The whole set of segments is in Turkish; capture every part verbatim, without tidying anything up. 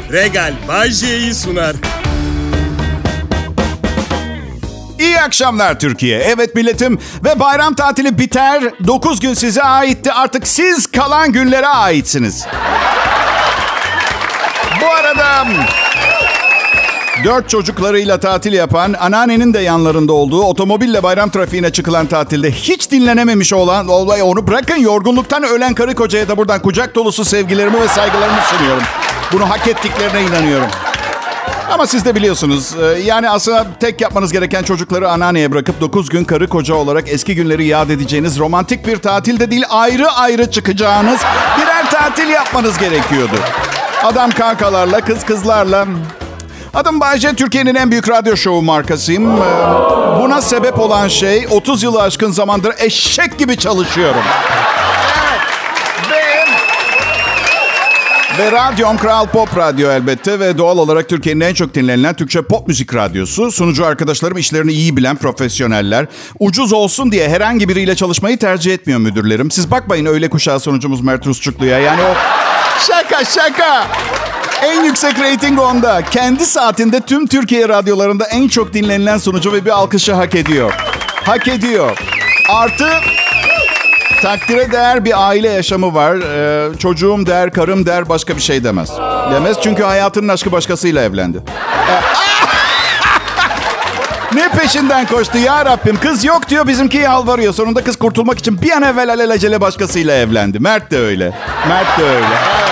Regal Bajje'yi sunar. İyi akşamlar Türkiye. Evet milletim ve bayram tatili biter. dokuz gün size aitti. Artık siz kalan günlere aitsiniz. Bu arada dört çocuklarıyla tatil yapan, anneannenin de yanlarında olduğu, otomobille bayram trafiğine çıkılan tatilde hiç dinlenememiş olan, olay onu bırakın yorgunluktan ölen karı kocaya da buradan kucak dolusu sevgilerimi ve saygılarımı sunuyorum. Bunu hak ettiklerine inanıyorum. Ama siz de biliyorsunuz. Yani aslında tek yapmanız gereken çocukları anneanneye bırakıp dokuz gün karı koca olarak eski günleri yad edeceğiniz romantik bir tatil de değil, ayrı ayrı çıkacağınız birer tatil yapmanız gerekiyordu. Adam kankalarla, kız kızlarla. Adım Bayce, Türkiye'nin en büyük radyo şovu markasıyım. Buna sebep olan şey otuz yılı aşkın zamandır eşek gibi çalışıyorum. Ve radyom Kral Pop Radyo elbette ve doğal olarak Türkiye'nin en çok dinlenilen Türkçe pop müzik radyosu. Sunucu arkadaşlarım işlerini iyi bilen profesyoneller. Ucuz olsun diye herhangi biriyle çalışmayı tercih etmiyor müdürlerim. Siz bakmayın öyle kuşağı sunucumuz Mert Rusçuklu'ya. Yani o şaka şaka. En yüksek reyting onda. Kendi saatinde tüm Türkiye radyolarında en çok dinlenilen sunucu ve bir alkışı hak ediyor. Hak ediyor. Artı takdire değer bir aile yaşamı var. Ee, çocuğum der, karım der, başka bir şey demez. Demez çünkü hayatının aşkı başkasıyla evlendi. Ee, ne peşinden koştu ya Rabbim. Kız yok diyor, bizimki yalvarıyor. Sonunda kız kurtulmak için bir an evvel alelacele başkasıyla evlendi. Mert de öyle. Mert de öyle.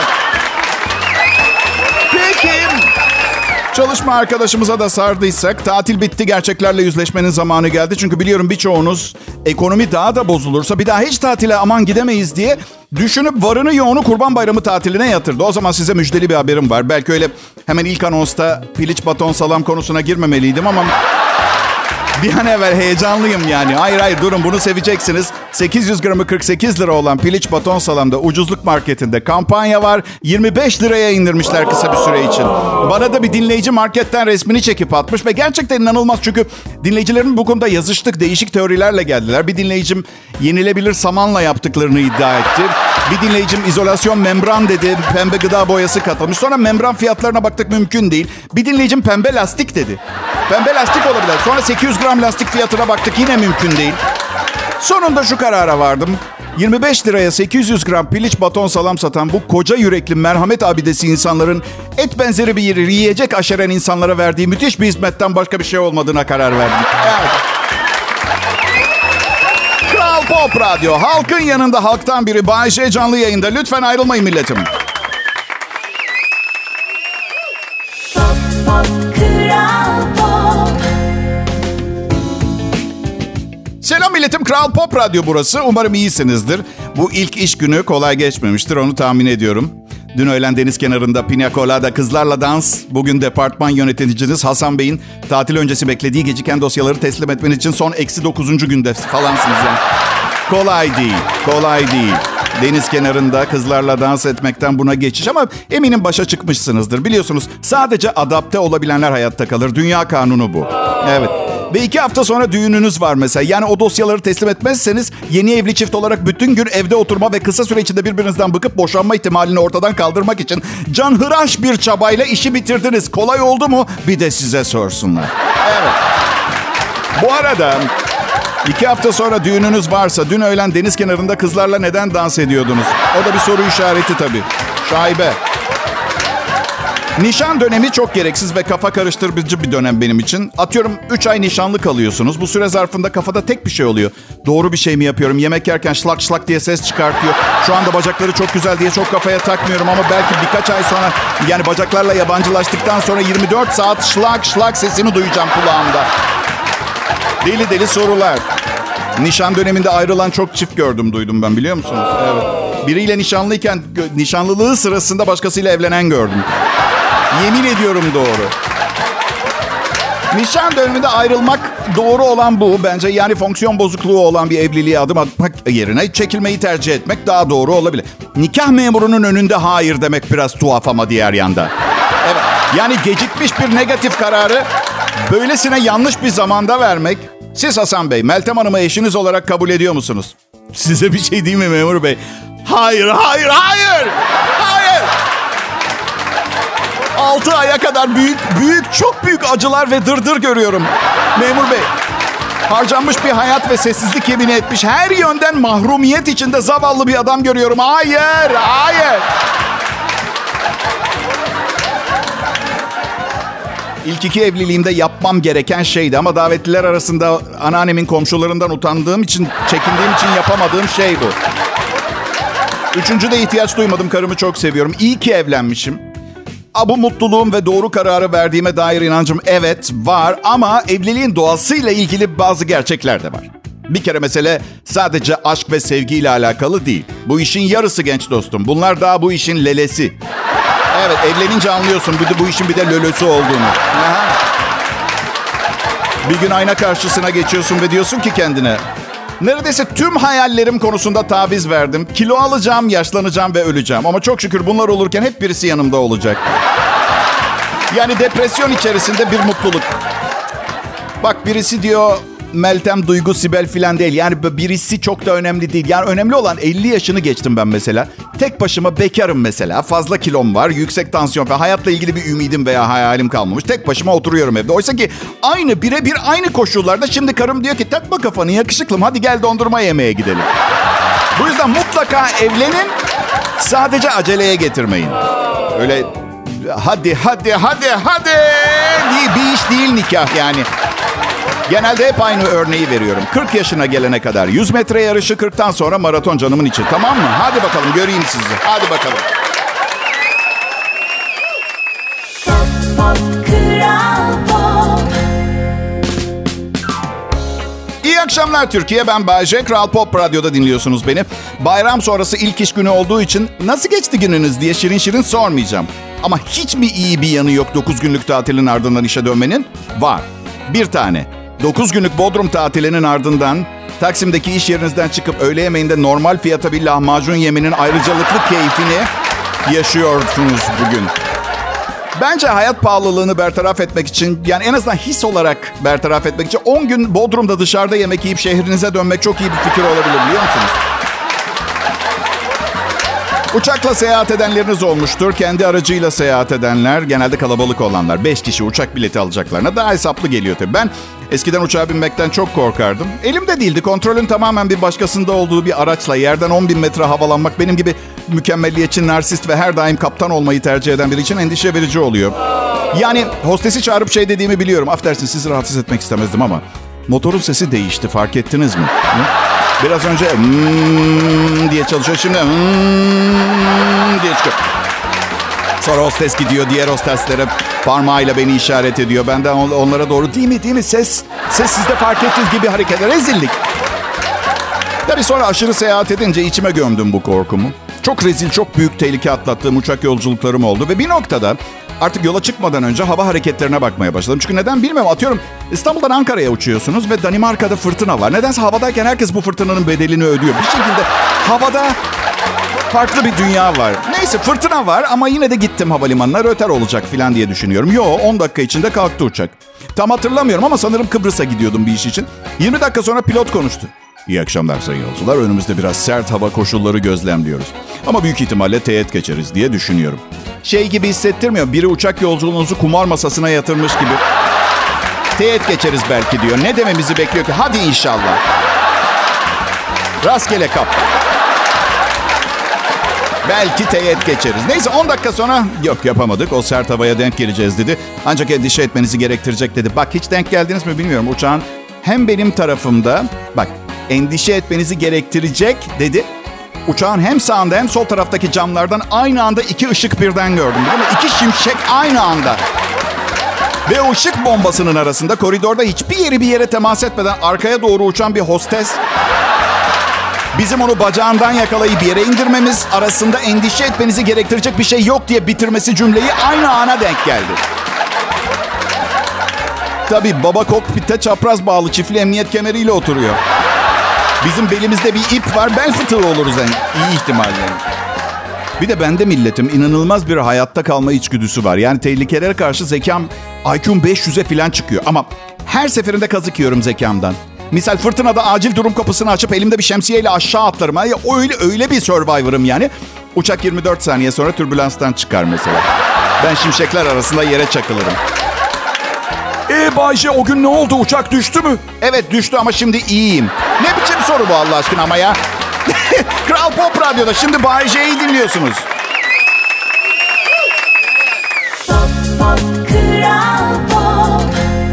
Peki. Çalışma arkadaşımıza da sardıysak, tatil bitti, gerçeklerle yüzleşmenin zamanı geldi. Çünkü biliyorum birçoğunuz ekonomi daha da bozulursa bir daha hiç tatile aman gidemeyiz diye düşünüp varını yoğunu Kurban Bayramı tatiline yatırdı. O zaman size müjdeli bir haberim var. Belki öyle hemen ilk anonsta piliç baton salam konusuna girmemeliydim ama bir an evvel heyecanlıyım yani. Hayır hayır durun, bunu seveceksiniz. sekiz yüz gramı kırk sekiz lira olan piliç baton salamda ucuzluk marketinde kampanya var. yirmi beş liraya indirmişler kısa bir süre için. Bana da bir dinleyici marketten resmini çekip atmış ve gerçekten inanılmaz. Çünkü dinleyicilerin bu konuda yazıştık, değişik teorilerle geldiler. Bir dinleyicim yenilebilir samanla yaptıklarını iddia etti. Bir dinleyicim izolasyon membran dedi. Pembe gıda boyası katılmış. Sonra membran fiyatlarına baktık, mümkün değil. Bir dinleyicim pembe lastik dedi. Pembe lastik olabilir. Sonra sekiz yüz gram lastik fiyatına baktık, yine mümkün değil. Sonunda şu karara vardım. yirmi beş liraya sekiz yüz gram piliç baton salam satan bu koca yürekli merhamet abidesi insanların et benzeri bir yeri yiyecek aşeren insanlara verdiği müthiş bir hizmetten başka bir şey olmadığına karar verdim. Evet. Kral Pop Radyo, halkın yanında halktan biri. Bay J canlı yayında. Lütfen ayrılmayın milletim. Pop, pop, Kral Pop. Selam milletim, Kral Pop Radyo burası. Umarım iyisinizdir. Bu ilk iş günü kolay geçmemiştir, onu tahmin ediyorum. Dün öğlen deniz kenarında pina colada, kızlarla dans. Bugün departman yöneticiniz Hasan Bey'in tatil öncesi beklediği geciken dosyaları teslim etmeniz için son eksi dokuzuncu günde falansınız yani. Kolay değil, kolay değil. Deniz kenarında kızlarla dans etmekten buna geçiş ama eminim başa çıkmışsınızdır. Biliyorsunuz sadece adapte olabilenler hayatta kalır. Dünya kanunu bu. Evet. Ve iki hafta sonra düğününüz var mesela. Yani o dosyaları teslim etmezseniz yeni evli çift olarak bütün gün evde oturma ve kısa süre içinde birbirinizden bıkıp boşanma ihtimalini ortadan kaldırmak için canhıraş bir çabayla işi bitirdiniz. Kolay oldu mu? Bir de size sorsunlar. Evet. Bu arada iki hafta sonra düğününüz varsa dün öğlen deniz kenarında kızlarla neden dans ediyordunuz? O da bir soru işareti tabii. Şaibe. Nişan dönemi çok gereksiz ve kafa karıştırıcı bir dönem benim için. Atıyorum üç ay nişanlı kalıyorsunuz. Bu süre zarfında kafada tek bir şey oluyor. Doğru bir şey mi yapıyorum? Yemek yerken şlak şlak diye ses çıkartıyor. Şu anda bacakları çok güzel diye çok kafaya takmıyorum ama belki birkaç ay sonra, yani bacaklarla yabancılaştıktan sonra yirmi dört saat şlak şlak sesini duyacağım kulağımda. Deli deli sorular. Nişan döneminde ayrılan çok çift gördüm, duydum ben, biliyor musunuz? Evet. Biriyle nişanlıyken nişanlılığı sırasında başkasıyla evlenen gördüm. Yemin ediyorum doğru. Nişan döneminde ayrılmak doğru olan bu bence. Yani fonksiyon bozukluğu olan bir evliliğe adım atmak yerine çekilmeyi tercih etmek daha doğru olabilir. Nikah memurunun önünde hayır demek biraz tuhaf ama diğer yanda. Evet. Yani gecikmiş bir negatif kararı böylesine yanlış bir zamanda vermek. Siz Hasan Bey, Meltem Hanım'ı eşiniz olarak kabul ediyor musunuz? Size bir şey diyeyim mi memur bey? Hayır, hayır, hayır! Hayır! altı aya kadar büyük, büyük, çok büyük acılar ve dırdır görüyorum. Memur bey, harcanmış bir hayat ve sessizlik yemini etmiş, her yönden mahrumiyet içinde zavallı bir adam görüyorum. Hayır, hayır. İlk iki evliliğimde yapmam gereken şeydi ama davetliler arasında anneannemin komşularından utandığım için, çekindiğim için yapamadığım şey bu. Üçüncüde ihtiyaç duymadım. Karımı çok seviyorum. İyi ki evlenmişim. A, bu mutluluğum ve doğru kararı verdiğime dair inancım evet var ama evliliğin doğasıyla ilgili bazı gerçekler de var. Bir kere mesele sadece aşk ve sevgiyle alakalı değil. Bu işin yarısı genç dostum. Bunlar daha bu işin lelesi. Evet, evlenince anlıyorsun bir de bu işin bir de lölösü olduğunu. Aha. Bir gün ayna karşısına geçiyorsun ve diyorsun ki kendine... Neredeyse tüm hayallerim konusunda taviz verdim. Kilo alacağım, yaşlanacağım ve öleceğim. Ama çok şükür bunlar olurken hep birisi yanımda olacak. Yani depresyon içerisinde bir mutluluk. Bak birisi diyor Meltem, Duygu, Sibel filan değil. Yani birisi çok da önemli değil. Yani önemli olan elli yaşını geçtim ben mesela. Tek başıma bekarım mesela. Fazla kilom var, yüksek tansiyon ve hayatla ilgili bir ümidim veya hayalim kalmamış. Tek başıma oturuyorum evde. Oysa ki aynı birebir aynı koşullarda şimdi karım diyor ki takma kafanı yakışıklım, hadi gel dondurma yemeye gidelim. Bu yüzden mutlaka evlenin, sadece aceleye getirmeyin. Öyle hadi hadi hadi hadi diye bir iş değil nikah yani. Genelde hep aynı örneği veriyorum. kırk yaşına gelene kadar yüz metre yarışı, kırktan sonra maraton canımın için. Tamam mı? Hadi bakalım göreyim sizi. Hadi bakalım. Pop, pop, Kral Pop. İyi akşamlar Türkiye. Ben Bay J. Kral Pop Radyo'da dinliyorsunuz beni. Bayram sonrası ilk iş günü olduğu için nasıl geçti gününüz diye şirin şirin sormayacağım. Ama hiç mi iyi bir yanı yok dokuz günlük tatilin ardından işe dönmenin? Var. Bir tane. dokuz günlük Bodrum tatilinin ardından Taksim'deki iş yerinizden çıkıp öğle yemeğinde normal fiyata bir lahmacun yemenin ayrıcalıklı keyfini yaşıyorsunuz bugün. Bence hayat pahalılığını bertaraf etmek için, yani en azından his olarak bertaraf etmek için on gün Bodrum'da dışarıda yemek yiyip şehrinize dönmek çok iyi bir fikir olabilir, biliyor musunuz? Uçakla seyahat edenleriniz olmuştur. Kendi aracıyla seyahat edenler, genelde kalabalık olanlar. Beş kişi uçak bileti alacaklarına daha hesaplı geliyor tabii. Ben eskiden uçağa binmekten çok korkardım. Elimde değildi. Kontrolün tamamen bir başkasında olduğu bir araçla yerden on bin metre havalanmak benim gibi mükemmeliyetçi, narsist ve her daim kaptan olmayı tercih eden biri için endişe verici oluyor. Yani hostesi çağırıp şey dediğimi biliyorum. Affedersin, sizi rahatsız etmek istemezdim ama motorun sesi değişti, fark ettiniz mi? Hı? Biraz önce hmm diye çalışıyor, şimdi hmm diye çıkıyor. Sonra hostes gidiyor, diğer hosteslere parmağıyla beni işaret ediyor. Ben de onlara doğru değil mi değil mi ses, ses sizde fark ettiğiniz gibi hareketler, rezillik. Tabii sonra aşırı seyahat edince içime gömdüm bu korkumu. Çok rezil, çok büyük tehlike atlattığım uçak yolculuklarım oldu. Ve bir noktada artık yola çıkmadan önce hava hareketlerine bakmaya başladım. Çünkü neden bilmiyorum. Atıyorum İstanbul'dan Ankara'ya uçuyorsunuz ve Danimarka'da fırtına var. Nedense havadayken herkes bu fırtınanın bedelini ödüyor. Bir şekilde havada farklı bir dünya var. Neyse, fırtına var ama yine de gittim havalimanına, röter olacak falan diye düşünüyorum. Yo, on dakika içinde kalktı uçak. Tam hatırlamıyorum ama sanırım Kıbrıs'a gidiyordum bir iş için. yirmi dakika sonra pilot konuştu. İyi akşamlar sayın yolcular. Önümüzde biraz sert hava koşulları gözlemliyoruz. Ama büyük ihtimalle teğet geçeriz diye düşünüyorum. Şey gibi hissettirmiyor. Biri uçak yolculuğunuzu kumar masasına yatırmış gibi. Teğet geçeriz belki diyor. Ne dememizi bekliyor ki? Hadi inşallah. Rastgele kap. Belki teğet geçeriz. Neyse, on dakika sonra yok yapamadık. O sert havaya denk geleceğiz dedi. Ancak endişe etmenizi gerektirecek dedi. Bak, hiç denk geldiniz mi bilmiyorum. Uçağın hem benim tarafımda, bak, endişe etmenizi gerektirecek dedi. Uçağın hem sağında hem sol taraftaki camlardan aynı anda iki ışık birden gördüm. Değil mi? İki şimşek aynı anda. Ve o ışık bombasının arasında koridorda hiçbir yeri bir yere temas etmeden arkaya doğru uçan bir hostes, bizim onu bacağından yakalayıp yere indirmemiz arasında endişe etmenizi gerektirecek bir şey yok diye bitirmesi cümleyi aynı ana denk geldi. Tabii baba kokpitte çapraz bağlı çiftli emniyet kemeriyle oturuyor. Bizim belimizde bir ip var, bel fıtığı oluruz en iyi ihtimalle. Bir de bende milletim inanılmaz bir hayatta kalma içgüdüsü var. Yani tehlikelere karşı zekam I Q'm beş yüze falan çıkıyor. Ama her seferinde kazık yiyorum zekamdan. Misal fırtınada acil durum kapısını açıp elimde bir şemsiyeyle aşağı atlarım. Ya öyle öyle bir survivor'ım yani. Uçak yirmi dört saniye sonra türbülanstan çıkar mesela. Ben şimşekler arasında yere çakılırım. Ee Bayce, o gün ne oldu? Uçak düştü mü? Evet düştü ama şimdi iyiyim. Ne biçim soru bu Allah aşkına ama ya? Kral Pop Radyo'da şimdi Bayce'yi dinliyorsunuz. Pop, pop, Kral Pop.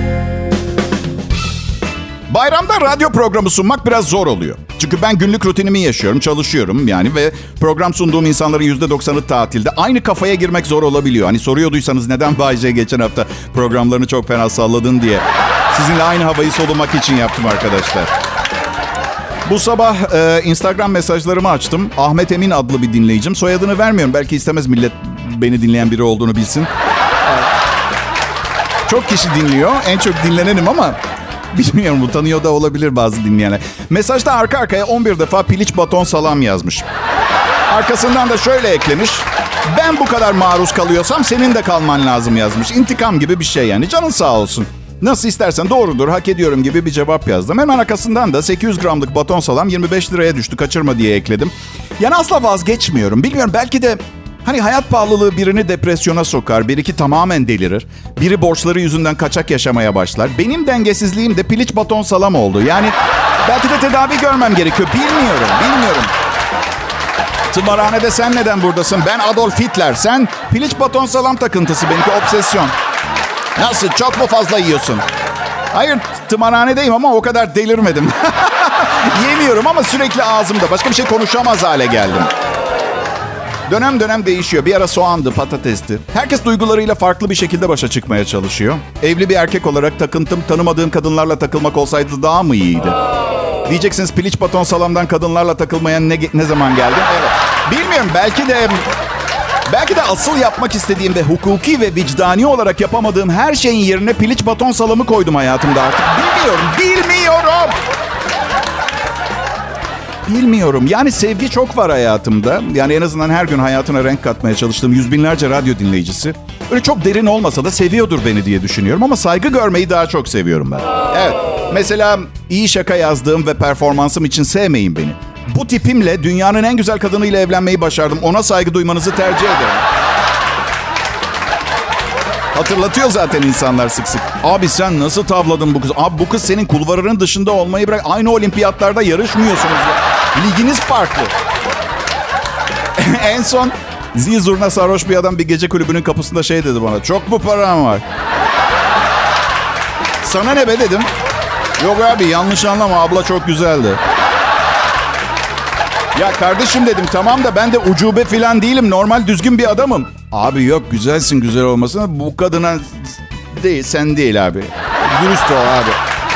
Bayramda radyo programı sunmak biraz zor oluyor. Çünkü ben günlük rutinimi yaşıyorum, çalışıyorum yani ve program sunduğum insanların yüzde doksanı tatilde. Aynı kafaya girmek zor olabiliyor. Hani soruyorduysanız neden Bayce geçen hafta programlarını çok fena salladın diye. Sizinle aynı havayı solumak için yaptım arkadaşlar. Bu sabah e, Instagram mesajlarımı açtım. Ahmet Emin adlı bir dinleyicim. Soyadını vermiyorum. Belki istemez millet beni dinleyen biri olduğunu bilsin. Çok kişi dinliyor. En çok dinlenenim ama bilmiyorum, utanıyor da olabilir bazı dinleyenler. Mesajda arka arkaya on bir defa piliç baton salam yazmış. Arkasından da şöyle eklemiş. Ben bu kadar maruz kalıyorsam senin de kalman lazım yazmış. İntikam gibi bir şey yani. Canın sağ olsun. Nasıl istersen, doğrudur, hak ediyorum gibi bir cevap yazdım. Hemen arkasından da sekiz yüz gramlık baton salam yirmi beş liraya düştü, kaçırma diye ekledim. Yani asla vazgeçmiyorum. Bilmiyorum, belki de hani hayat pahalılığı birini depresyona sokar. Bir iki tamamen delirir. Biri borçları yüzünden kaçak yaşamaya başlar. Benim dengesizliğim de piliç baton salam oldu. Yani belki de tedavi görmem gerekiyor. Bilmiyorum, bilmiyorum. Tımarhanede sen neden buradasın? Ben Adolf Hitler. Sen piliç baton salam takıntısı, benimki obsesyon. Nasıl? Çok mu fazla yiyorsun? Hayır, tımarhanedeyim ama o kadar delirmedim. Yemiyorum ama sürekli ağzımda. Başka bir şey konuşamaz hale geldim. Dönem dönem değişiyor. Bir ara soğandı, patatesti. Herkes duygularıyla farklı bir şekilde başa çıkmaya çalışıyor. Evli bir erkek olarak takıntım tanımadığım kadınlarla takılmak olsaydı daha mı iyiydi? Diyeceksiniz, piliç baton salamdan kadınlarla takılmaya ne, ne zaman geldim? Evet. Bilmiyorum, belki de... Belki de asıl yapmak istediğim ve hukuki ve vicdani olarak yapamadığım her şeyin yerine piliç baton salamı koydum hayatımda artık. Bilmiyorum, bilmiyorum. Bilmiyorum. Yani sevgi çok var hayatımda. Yani en azından her gün hayatına renk katmaya çalıştığım yüz binlerce radyo dinleyicisi. Öyle çok derin olmasa da seviyordur beni diye düşünüyorum. Ama saygı görmeyi daha çok seviyorum ben. Evet. Mesela iyi şaka yazdığım ve performansım için sevmeyin beni. Bu tipimle dünyanın en güzel kadınıyla evlenmeyi başardım. Ona saygı duymanızı tercih ederim. Hatırlatıyor zaten insanlar sık sık. Abi sen nasıl tavladın bu kızı? Abi bu kız senin kulvarının dışında olmayı bırak. Aynı olimpiyatlarda yarışmıyorsunuz ya. Liginiz farklı. En son zil zurna sarhoş bir adam bir gece kulübünün kapısında şey dedi bana. Çok mu param var? Sana ne be dedim. Yok abi yanlış anlama, abla çok güzeldi. Ya kardeşim dedim, tamam da ben de ucube falan değilim. Normal düzgün bir adamım. Abi yok, güzelsin, güzel olmasına. Bu kadına değil, sen değil abi. Dürüst ol abi.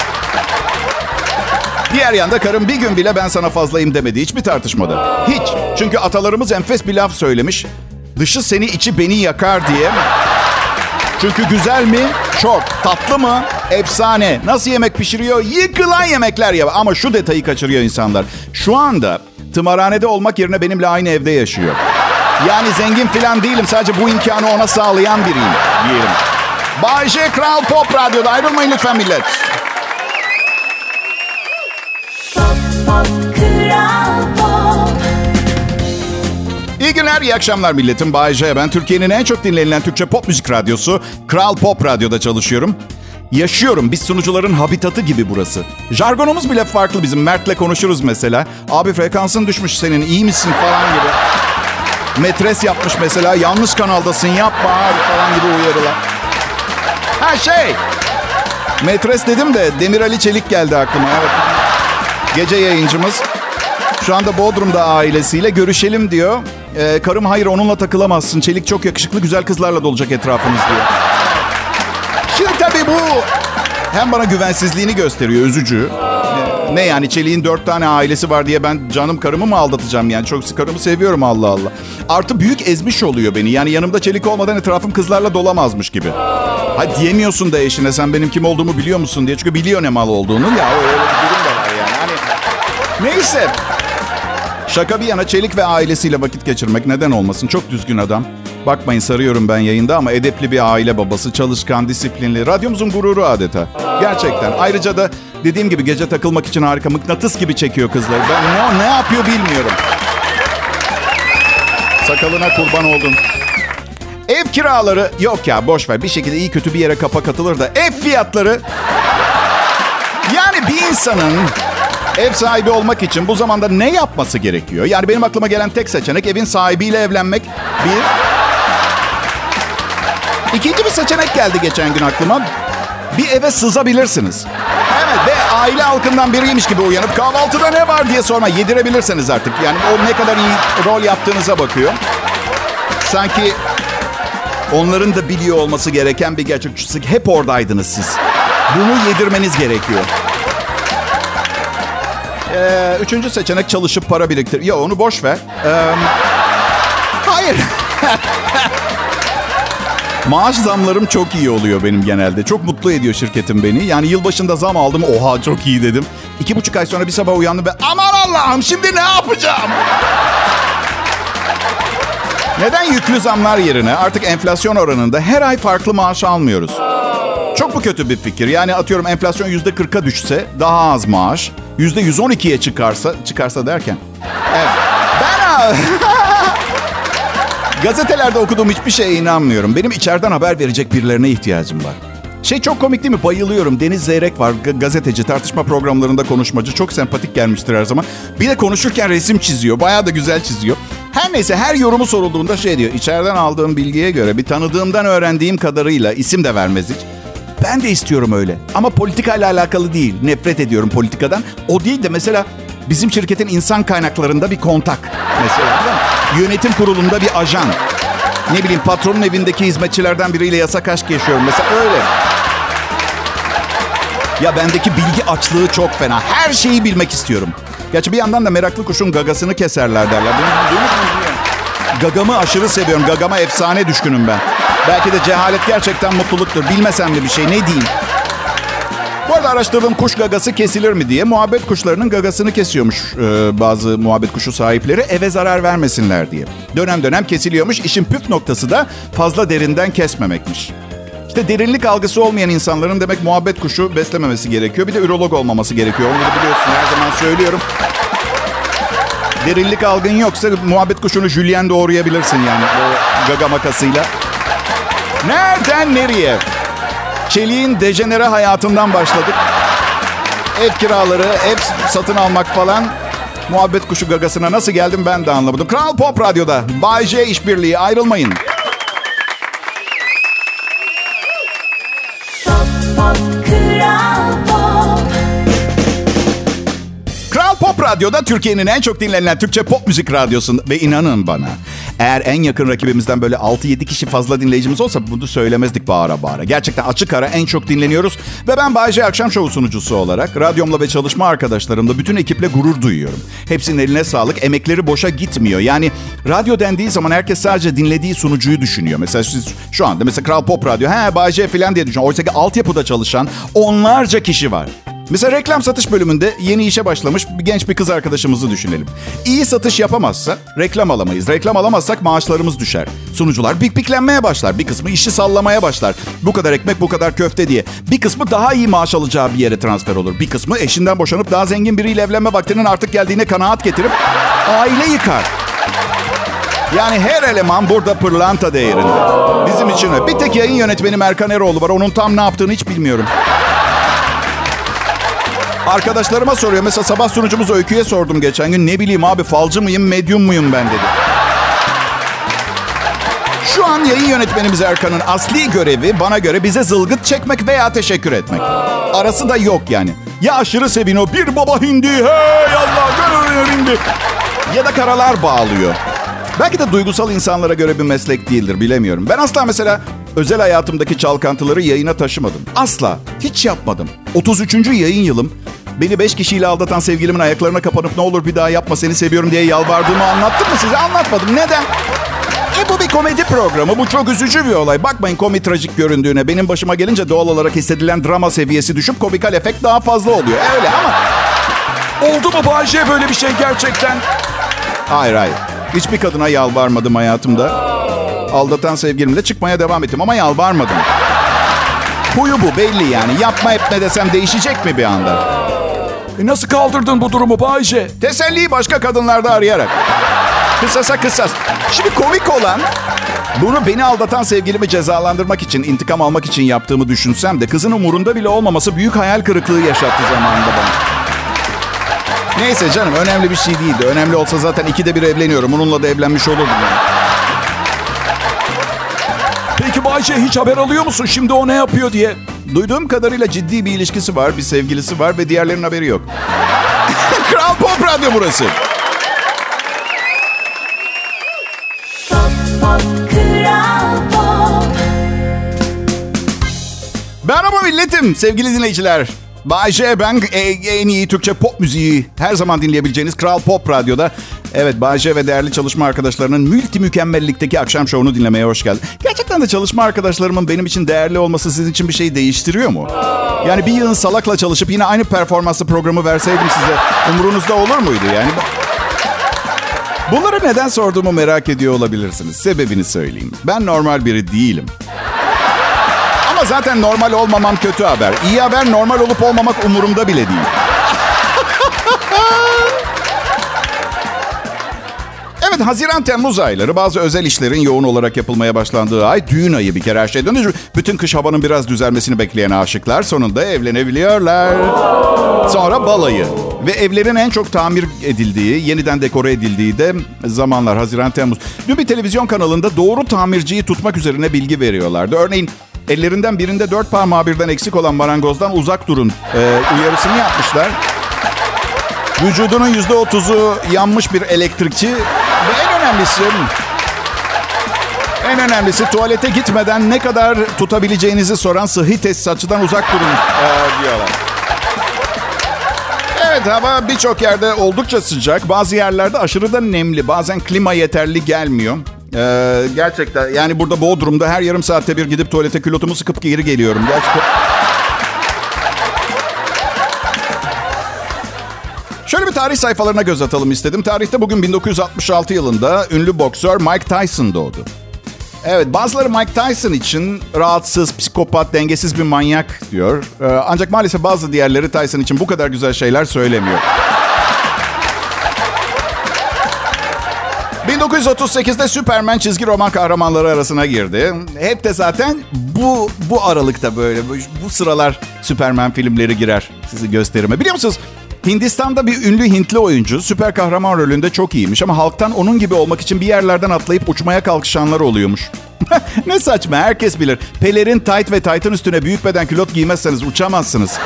Diğer yanda karım bir gün bile ben sana fazlayım demedi hiçbir tartışmada. Hiç. Çünkü atalarımız enfes bir laf söylemiş. Dışı seni, içi beni yakar diye. Çünkü güzel mi? Çok. Tatlı mı? Efsane. Nasıl yemek pişiriyor? Yıkılan yemekler ya. Ama şu detayı kaçırıyor insanlar. Şu anda tımarhanede olmak yerine benimle aynı evde yaşıyor. Yani zengin falan değilim. Sadece bu imkanı ona sağlayan biriyim diyelim. Bay J, Kral Pop Radyo'da. Ayrılmayın lütfen millet. Pop, pop, Kral Pop. İyi günler, iyi akşamlar milletim. Bay J. Ben Türkiye'nin en çok dinlenilen Türkçe pop müzik radyosu Kral Pop Radyo'da çalışıyorum. Yaşıyorum. Biz sunucuların habitatı gibi burası. Jargonumuz bile farklı bizim. Mert'le konuşuruz mesela. Abi frekansın düşmüş senin, iyi misin falan gibi. Metres yapmış mesela. Yanlış kanaldasın, yapma abi falan gibi uyarılar. Ha şey. Metres dedim de Demir Ali Çelik geldi aklıma. Evet. Gece yayıncımız. Şu anda Bodrum'da ailesiyle görüşelim diyor. Ee, karım hayır onunla takılamazsın. Çelik çok yakışıklı, güzel kızlarla dolacak etrafınız diyor. Şimdi tabii bu hem bana güvensizliğini gösteriyor, üzücü. Ne yani, Çelik'in dört tane ailesi var diye ben canım karımı mı aldatacağım yani? Çok karımı seviyorum, Allah Allah. Artı büyük ezmiş oluyor beni. Yani yanımda Çelik olmadan etrafım kızlarla dolamazmış gibi. Ha diyemiyorsun da eşine, sen benim kim olduğumu biliyor musun diye. Çünkü biliyor ne mal olduğunu. Ya öyle bir durum da var yani. Hani neyse. Şaka bir yana, Çelik ve ailesiyle vakit geçirmek neden olmasın? Çok düzgün adam. Bakmayın sarıyorum ben yayında ama edepli bir aile babası, çalışkan, disiplinli. Radyomuzun gururu adeta. Gerçekten. Ayrıca da dediğim gibi gece takılmak için harika, mıknatıs gibi çekiyor kızları. Ben ne, ne yapıyor bilmiyorum. Sakalına kurban oldum. Ev kiraları yok ya, boş ver. Bir şekilde iyi kötü bir yere kapak atılır da ev fiyatları. Yani bir insanın ev sahibi olmak için bu zamanda ne yapması gerekiyor? Yani benim aklıma gelen tek seçenek evin sahibiyle evlenmek. Bir. İkinci bir seçenek geldi geçen gün aklıma. Bir eve sızabilirsiniz. Evet, ve aile halkından biriymiş gibi uyanıp kahvaltıda ne var diye sorma. Yedirebilirsiniz artık. Yani o ne kadar iyi rol yaptığınıza bakıyor. Sanki onların da biliyor olması gereken bir gerçek. Hep oradaydınız siz. Bunu yedirmeniz gerekiyor. Ee, üçüncü seçenek çalışıp para biriktir. Ya onu boş ver. Ee, hayır. Maaş zamlarım çok iyi oluyor benim genelde. Çok mutlu ediyor şirketim beni. Yani yılbaşında zam aldım. Oha çok iyi dedim. İki buçuk ay sonra bir sabah uyandım ve aman Allah'ım şimdi ne yapacağım? Neden yüklü zamlar yerine artık enflasyon oranında her ay farklı maaş almıyoruz? Çok mu kötü bir fikir? Yani atıyorum enflasyon yüzde kırka düşse daha az maaş. Yüzde yüz on ikiye çıkarsa, çıkarsa derken. Evet. Ben... Gazetelerde okuduğum hiçbir şeye inanmıyorum. Benim içeriden haber verecek birilerine ihtiyacım var. Şey çok komik değil mi? Bayılıyorum. Deniz Zeyrek var. G- gazeteci, tartışma programlarında konuşmacı. Çok sempatik gelmiştir her zaman. Bir de konuşurken resim çiziyor. Bayağı da güzel çiziyor. Her neyse her yorumu sorulduğunda şey diyor. İçeriden aldığım bilgiye göre bir tanıdığımdan öğrendiğim kadarıyla, isim de vermez hiç. Ben de istiyorum öyle. Ama politikayla alakalı değil. Nefret ediyorum politikadan. O değil de mesela bizim şirketin insan kaynaklarında bir kontak. Mesela yönetim kurulunda bir ajan. Ne bileyim patronun evindeki hizmetçilerden biriyle yasak aşk yaşıyorum. Mesela öyle. Ya bendeki bilgi açlığı çok fena. Her şeyi bilmek istiyorum. Gerçi bir yandan da meraklı kuşun gagasını keserler derler. Bunu Gagamı aşırı seviyorum. Gagama efsane düşkünüm ben. Belki de cehalet gerçekten mutluluktur. Bilmesem de bir şey. Ne diyeyim? Bu arada araştırdığım kuş gagası kesilir mi diye. Muhabbet kuşlarının gagasını kesiyormuş e, bazı muhabbet kuşu sahipleri. Eve zarar vermesinler diye. Dönem dönem kesiliyormuş. İşin püf noktası da fazla derinden kesmemekmiş. İşte derinlik algısı olmayan insanların demek muhabbet kuşu beslememesi gerekiyor. Bir de ürolog olmaması gerekiyor. Onu da biliyorsun, her zaman söylüyorum. Derinlik algın yoksa muhabbet kuşunu jülyen doğrayabilirsin yani o gaga makasıyla. Nereden nereye? Çeliğin dejenere hayatından başladık. Ev kiraları, ev satın almak falan. Muhabbet kuşu gagasına nasıl geldim ben de anlamadım. Kral Pop Radyo'da Bay J işbirliği, ayrılmayın. Pop, pop, Kral Pop. Kral Pop Radyo'da Türkiye'nin en çok dinlenilen Türkçe pop müzik radyosunda. Ve inanın bana, eğer en yakın rakibimizden böyle altı yedi kişi fazla dinleyicimiz olsa bunu söylemezdik bağıra bağıra. Gerçekten açık ara en çok dinleniyoruz. Ve ben Bay J Akşam Şovu sunucusu olarak radyomla ve çalışma arkadaşlarımla bütün ekiple gurur duyuyorum. Hepsinin eline sağlık. Emekleri boşa gitmiyor. Yani radyo dendiği zaman herkes sadece dinlediği sunucuyu düşünüyor. Mesela siz şu anda mesela Kral Pop Radyo, he Bay J falan diye düşünüyor. Oysa ki altyapıda çalışan onlarca kişi var. Mesela reklam satış bölümünde yeni işe başlamış bir genç bir kız arkadaşımızı düşünelim. İyi satış yapamazsa reklam alamayız. Reklam alamazsak maaşlarımız düşer. Sunucular bikbiklenmeye başlar. Bir kısmı işi sallamaya başlar. Bu kadar ekmek, bu kadar köfte diye. Bir kısmı daha iyi maaş alacağı bir yere transfer olur. Bir kısmı eşinden boşanıp daha zengin biriyle evlenme vaktinin artık geldiğine kanaat getirip aile yıkar. Yani her eleman burada pırlanta değerinde. Bizim için öyle. Bir tek yayın yönetmenim Erkan Eroğlu var. Onun tam ne yaptığını hiç bilmiyorum. Arkadaşlarıma soruyor. Mesela sabah sunucumuz Öykü'ye sordum geçen gün. Ne bileyim abi, falcı mıyım, medyum muyum ben dedi. Şu an yayın yönetmenimiz Erkan'ın asli görevi bana göre bize zılgıt çekmek veya teşekkür etmek. Arası da yok yani. Ya aşırı seviniyor. Bir baba hindi. Hey Allah gönül hindi. Ya da karalar bağlıyor. Belki de duygusal insanlara göre bir meslek değildir, bilemiyorum. Ben asla mesela özel hayatımdaki çalkantıları yayına taşımadım. Asla. Hiç yapmadım. otuz üçüncü yayın yılım. Beni beş kişiyle aldatan sevgilimin ayaklarına kapanıp ne olur bir daha yapma seni seviyorum diye yalvardığımı anlattım mı size? Anlatmadım. Neden? E bu bir komedi programı. Bu çok üzücü bir olay. Bakmayın komik trajik göründüğüne. Benim başıma gelince doğal olarak hissedilen drama seviyesi düşüp komikal efekt daha fazla oluyor. Öyle ama... Oldu mu Bay J böyle bir şey gerçekten? Hayır hayır. Hiçbir kadına yalvarmadım hayatımda. Aldatan sevgilimle çıkmaya devam ettim ama yalvarmadım. Huyu bu belli yani. Yapma etme desem değişecek mi bir anda? E nasıl kaldırdın bu durumu Bay J? Teselliyi başka kadınlarda arayarak. Kısasa kısas. Şimdi komik olan Bunu beni aldatan sevgilimi cezalandırmak için, intikam almak için yaptığımı düşünsem de kızın umurunda bile olmaması büyük hayal kırıklığı yaşattı zamanında bana. Neyse canım, önemli bir şey değildi. Önemli olsa zaten ikide bir evleniyorum. Onunla da evlenmiş olurdum yani. Peki Bayce, hiç haber alıyor musun şimdi o ne yapıyor diye? Duyduğum kadarıyla ciddi bir ilişkisi var, bir sevgilisi var ve diğerlerinin haberi yok. Kral Pop Radyo burası. Pop, pop, Kral Pop. Merhaba milletim, sevgili dinleyiciler. Bayce ben, en iyi Türkçe pop müziği her zaman dinleyebileceğiniz Kral Pop Radyo'da. Evet, Bayce ve değerli çalışma arkadaşlarının multi mükemmellikteki akşam şovunu dinlemeye hoş geldin. Gerçekten de çalışma arkadaşlarımın benim için değerli olması sizin için bir şey değiştiriyor mu? Yani bir yığın salakla çalışıp yine aynı performanslı programı verseydim size umurunuzda olur muydu yani? Bunları neden sorduğumu merak ediyor olabilirsiniz. Sebebini söyleyeyim. Ben normal biri değilim. Ama zaten normal olmamam kötü haber. İyi haber, normal olup olmamak umurumda bile değil. Evet, Haziran-Temmuz ayları bazı özel işlerin yoğun olarak yapılmaya başlandığı ay. Düğün ayı bir kere her şeyden önce. Bütün kış havanın biraz düzelmesini bekleyen aşıklar sonunda evlenebiliyorlar. Sonra balayı. Ve evlerin en çok tamir edildiği, yeniden dekore edildiği de zamanlar Haziran-Temmuz. Dün bir televizyon kanalında doğru tamirciyi tutmak üzerine bilgi veriyorlardı. Örneğin ellerinden birinde dört parmağı birden eksik olan marangozdan uzak durun e, uyarısını yapmışlar. Vücudunun yüzde otuzu yanmış bir elektrikçi ve en önemlisi, en önemlisi tuvalete gitmeden ne kadar tutabileceğinizi soran sıhhi tesisatçıdan uzak durun e, diyorlar. Evet, hava birçok yerde oldukça sıcak. Bazı yerlerde aşırı da nemli. Bazen klima yeterli gelmiyor. Ee, gerçekten yani burada Bodrum'da her yarım saatte bir gidip tuvalete külotumu sıkıp geri geliyorum. Gerçekten. Şöyle bir tarih sayfalarına göz atalım istedim. Tarihte bugün bin dokuz yüz altmış altı yılında ünlü boksör Mike Tyson doğdu. Evet, bazıları Mike Tyson için rahatsız, psikopat, dengesiz bir manyak diyor. Ee, ancak maalesef bazı diğerleri Tyson için bu kadar güzel şeyler söylemiyor. bin dokuz yüz otuz sekizde Superman çizgi roman kahramanları arasına girdi. Hep de zaten bu bu aralıkta böyle bu sıralar Superman filmleri girer sizi gösterime. Biliyor musunuz? Hindistan'da bir ünlü Hintli oyuncu süper kahraman rolünde çok iyiymiş ama halktan onun gibi olmak için bir yerlerden atlayıp uçmaya kalkışanlar oluyormuş. Ne saçma, herkes bilir. Pelerin, tayt ve taytın üstüne büyük beden külot giymezseniz uçamazsınız.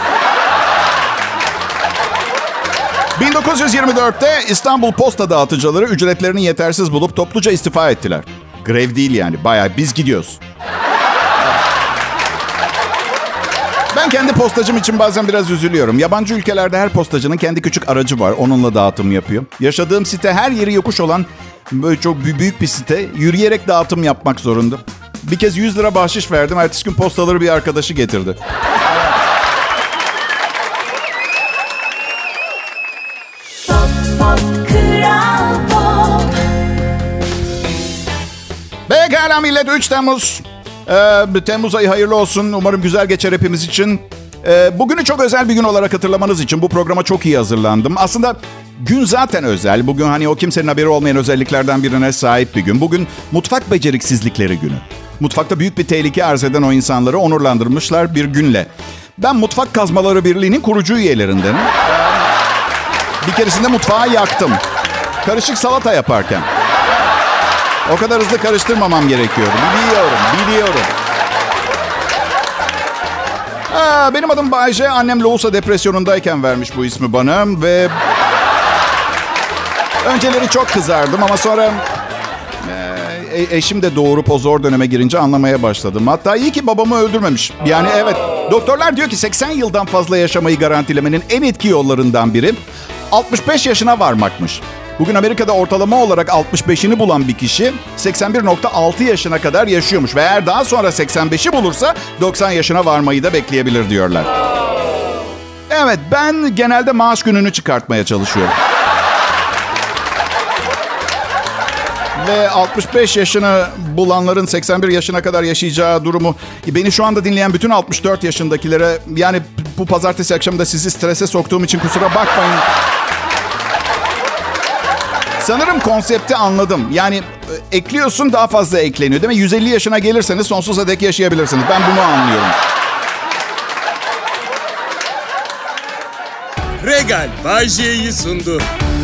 bin dokuz yüz yirmi dörtte İstanbul Posta Dağıtıcıları ücretlerini yetersiz bulup topluca istifa ettiler. Grev değil yani, bayağı biz gidiyoruz. Ben kendi postacım için bazen biraz üzülüyorum. Yabancı ülkelerde her postacının kendi küçük aracı var. Onunla dağıtım yapıyor. Yaşadığım site her yeri yokuş olan böyle çok büyük bir site. Yürüyerek dağıtım yapmak zorunda. Bir kez yüz lira bahşiş verdim. Ertesi gün postaları bir arkadaşı getirdi. Pop, pop, Kral Pop. Pekala millet, üç Temmuz. Ee, Temmuz ayı hayırlı olsun. Umarım güzel geçer hepimiz için. Ee, bugünü çok özel bir gün olarak hatırlamanız için bu programa çok iyi hazırlandım. Aslında gün zaten özel. Bugün hani o kimsenin haberi olmayan özelliklerden birine sahip bir gün. Bugün mutfak beceriksizlikleri günü. Mutfakta büyük bir tehlike arz eden o insanları onurlandırmışlar bir günle. Ben Mutfak Kazmaları Birliği'nin kurucu üyelerindenim. Bir keresinde mutfağı yaktım. Karışık salata yaparken. O kadar hızlı karıştırmamam gerekiyordu. Biliyorum, biliyorum. Aa, benim adım Bayce. Annem lohusa depresyonundayken vermiş bu ismi bana. Ve önceleri çok kızardım ama sonra e, eşim de doğurup o zor döneme girince anlamaya başladım. Hatta iyi ki babamı öldürmemiş. Yani evet, doktorlar diyor ki seksen yıldan fazla yaşamayı garantilemenin en etki yollarından biri altmış beş yaşına varmakmış. Bugün Amerika'da ortalama olarak altmış beşini bulan bir kişi seksen bir nokta altı yaşına kadar yaşıyormuş. Ve eğer daha sonra seksen beşi bulursa doksan yaşına varmayı da bekleyebilir diyorlar. Evet, ben genelde maaş gününü çıkartmaya çalışıyorum. Ve altmış beş yaşını bulanların seksen bir yaşına kadar yaşayacağı durumu, beni şu anda dinleyen bütün altmış dört yaşındakilere, yani bu pazartesi akşamı da sizi strese soktuğum için kusura bakmayın. Sanırım konsepti anladım. Yani ekliyorsun, daha fazla ekleniyor değil mi? yüz elli yaşına gelirseniz sonsuza dek yaşayabilirsiniz. Ben bunu anlıyorum. Regal Bay J'yi sundu.